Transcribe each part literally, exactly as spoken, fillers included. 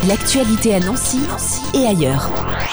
L'actualité à Nancy, Nancy et ailleurs.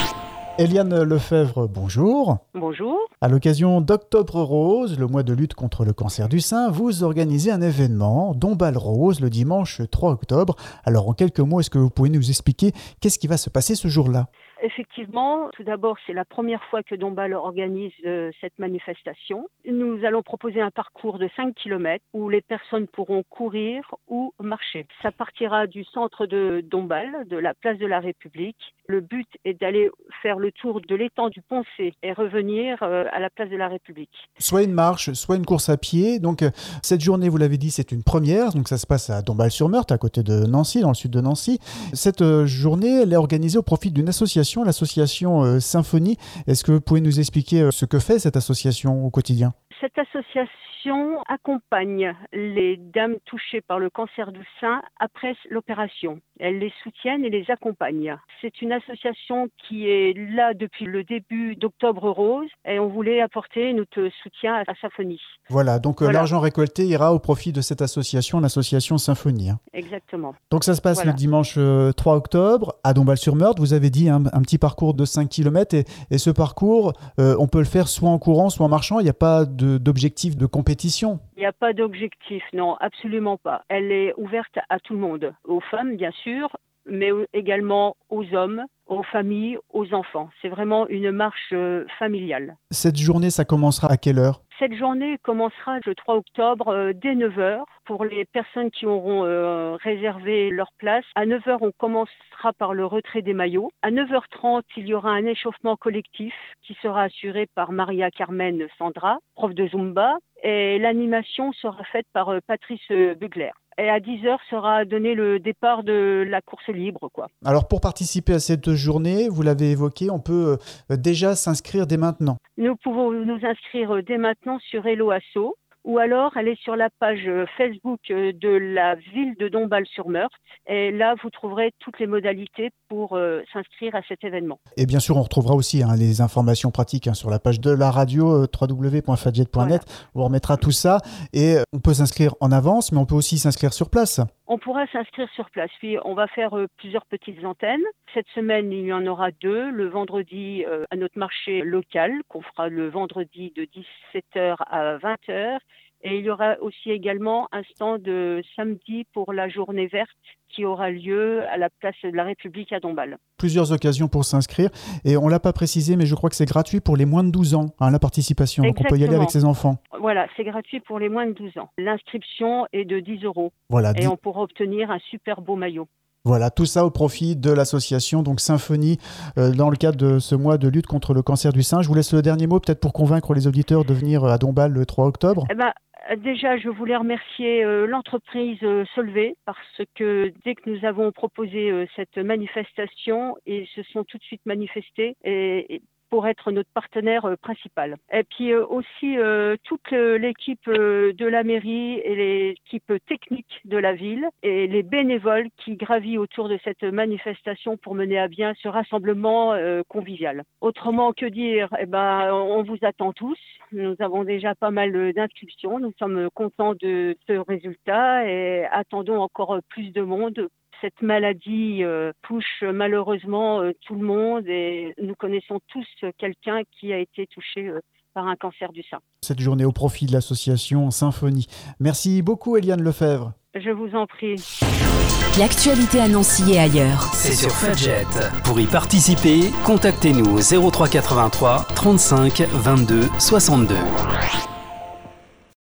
Eliane Lefebvre, bonjour. Bonjour. À l'occasion d'Octobre Rose, le mois de lutte contre le cancer du sein, vous organisez un événement, Dombasle Rose, le dimanche trois octobre. Alors en quelques mots, est-ce que vous pouvez nous expliquer qu'est-ce qui va se passer ce jour-là ? Effectivement, tout d'abord, c'est la première fois que Dombasle organise euh, cette manifestation. Nous allons proposer un parcours de cinq kilomètres où les personnes pourront courir ou marcher. Ça partira du centre de Dombasle, de la place de la République. Le but est d'aller faire le tour de l'étang du Poncé et revenir euh, à la place de la République. Soit une marche, soit une course à pied. Donc euh, cette journée, vous l'avez dit, c'est une première. Donc ça se passe à Dombasle-sur-Meurthe, à côté de Nancy, dans le sud de Nancy. Cette euh, journée, elle est organisée au profit d'une association, l'association euh, Symphonie. Est-ce que vous pouvez nous expliquer euh, ce que fait cette association au quotidien ? Cette association accompagne les dames touchées par le cancer du sein après l'opération. Elle les soutient et les accompagne. C'est une association qui est là depuis le début d'Octobre Rose et on voulait apporter notre soutien à Symphonie. Voilà, donc voilà. L'argent récolté ira au profit de cette association, l'association Symphonie. Hein. Exactement. Donc ça se passe voilà. le dimanche euh, trois octobre à Dombasle-sur-Meurthe. Vous avez dit hein, un petit parcours de cinq kilomètres et, et ce parcours, euh, on peut le faire soit en courant, soit en marchant. Il n'y a pas de, d'objectif de compétition. Il n'y a pas d'objectif, non, absolument pas. Elle est ouverte à tout le monde, aux femmes bien sûr, mais également aux hommes, aux familles, aux enfants. C'est vraiment une marche euh, familiale. Cette journée, ça commencera à quelle heure ? Cette journée commencera le trois octobre euh, dès neuf heures pour les personnes qui auront euh, réservé leur place. À neuf heures, on commencera par le retrait des maillots. À neuf heures trente, il y aura un échauffement collectif qui sera assuré par Maria Carmen Sandra, prof de Zumba. Et l'animation sera faite par euh, Patrice Bugler. Et à dix heures sera donné le départ de la course libre, quoi. Alors pour participer à cette journée, vous l'avez évoqué, on peut euh, déjà s'inscrire dès maintenant. Nous pouvons nous inscrire dès maintenant sur Hello Asso ou alors aller sur la page Facebook de la ville de Dombasle-sur-Meurthe et là vous trouverez toutes les modalités pour euh, s'inscrire à cet événement. Et bien sûr on retrouvera aussi hein, les informations pratiques hein, sur la page de la radio euh, w w w point fadjet point net. Voilà. On remettra tout ça et on peut s'inscrire en avance mais on peut aussi s'inscrire sur place. On pourra s'inscrire sur place. Puis on va faire euh, plusieurs petites antennes. Cette semaine, il y en aura deux. Le vendredi euh, à notre marché local, qu'on fera le vendredi de dix-sept heures à vingt heures. Et il y aura aussi également un stand de samedi pour la journée verte qui aura lieu à la place de la République à Dombasle. Plusieurs occasions pour s'inscrire. Et on ne l'a pas précisé, mais je crois que c'est gratuit pour les moins de douze ans, hein, la participation. Exactement. Donc on peut y aller avec ses enfants. Voilà, c'est gratuit pour les moins de douze ans. L'inscription est de dix euros. Voilà, et dix... on pourra obtenir un super beau maillot. Voilà, tout ça au profit de l'association donc Symphonie euh, dans le cadre de ce mois de lutte contre le cancer du sein. Je vous laisse le dernier mot peut-être pour convaincre les auditeurs de venir à Dombasle le trois octobre. Eh ben, déjà, je voulais remercier euh, l'entreprise euh, Solvay parce que dès que nous avons proposé euh, cette manifestation, ils se sont tout de suite manifestés et, et pour être notre partenaire euh, principal. Et puis euh, aussi euh, toute euh, l'équipe euh, de la mairie et l'équipe technique de la ville et les bénévoles qui gravillent autour de cette manifestation pour mener à bien ce rassemblement euh, convivial. Autrement que dire, eh ben, on vous attend tous. Nous avons déjà pas mal d'inscriptions. Nous sommes contents de ce résultat et attendons encore plus de monde. Cette maladie euh, touche malheureusement euh, tout le monde et nous connaissons tous quelqu'un qui a été touché euh, par un cancer du sein. Cette journée au profit de l'association Symphonie. Merci beaucoup Eliane Lefebvre. Je vous en prie. L'actualité à Nancy et ailleurs. C'est sur Fadjet. Pour y participer, contactez-nous au zéro trois quatre-vingt-trois trente-cinq vingt-deux soixante-deux.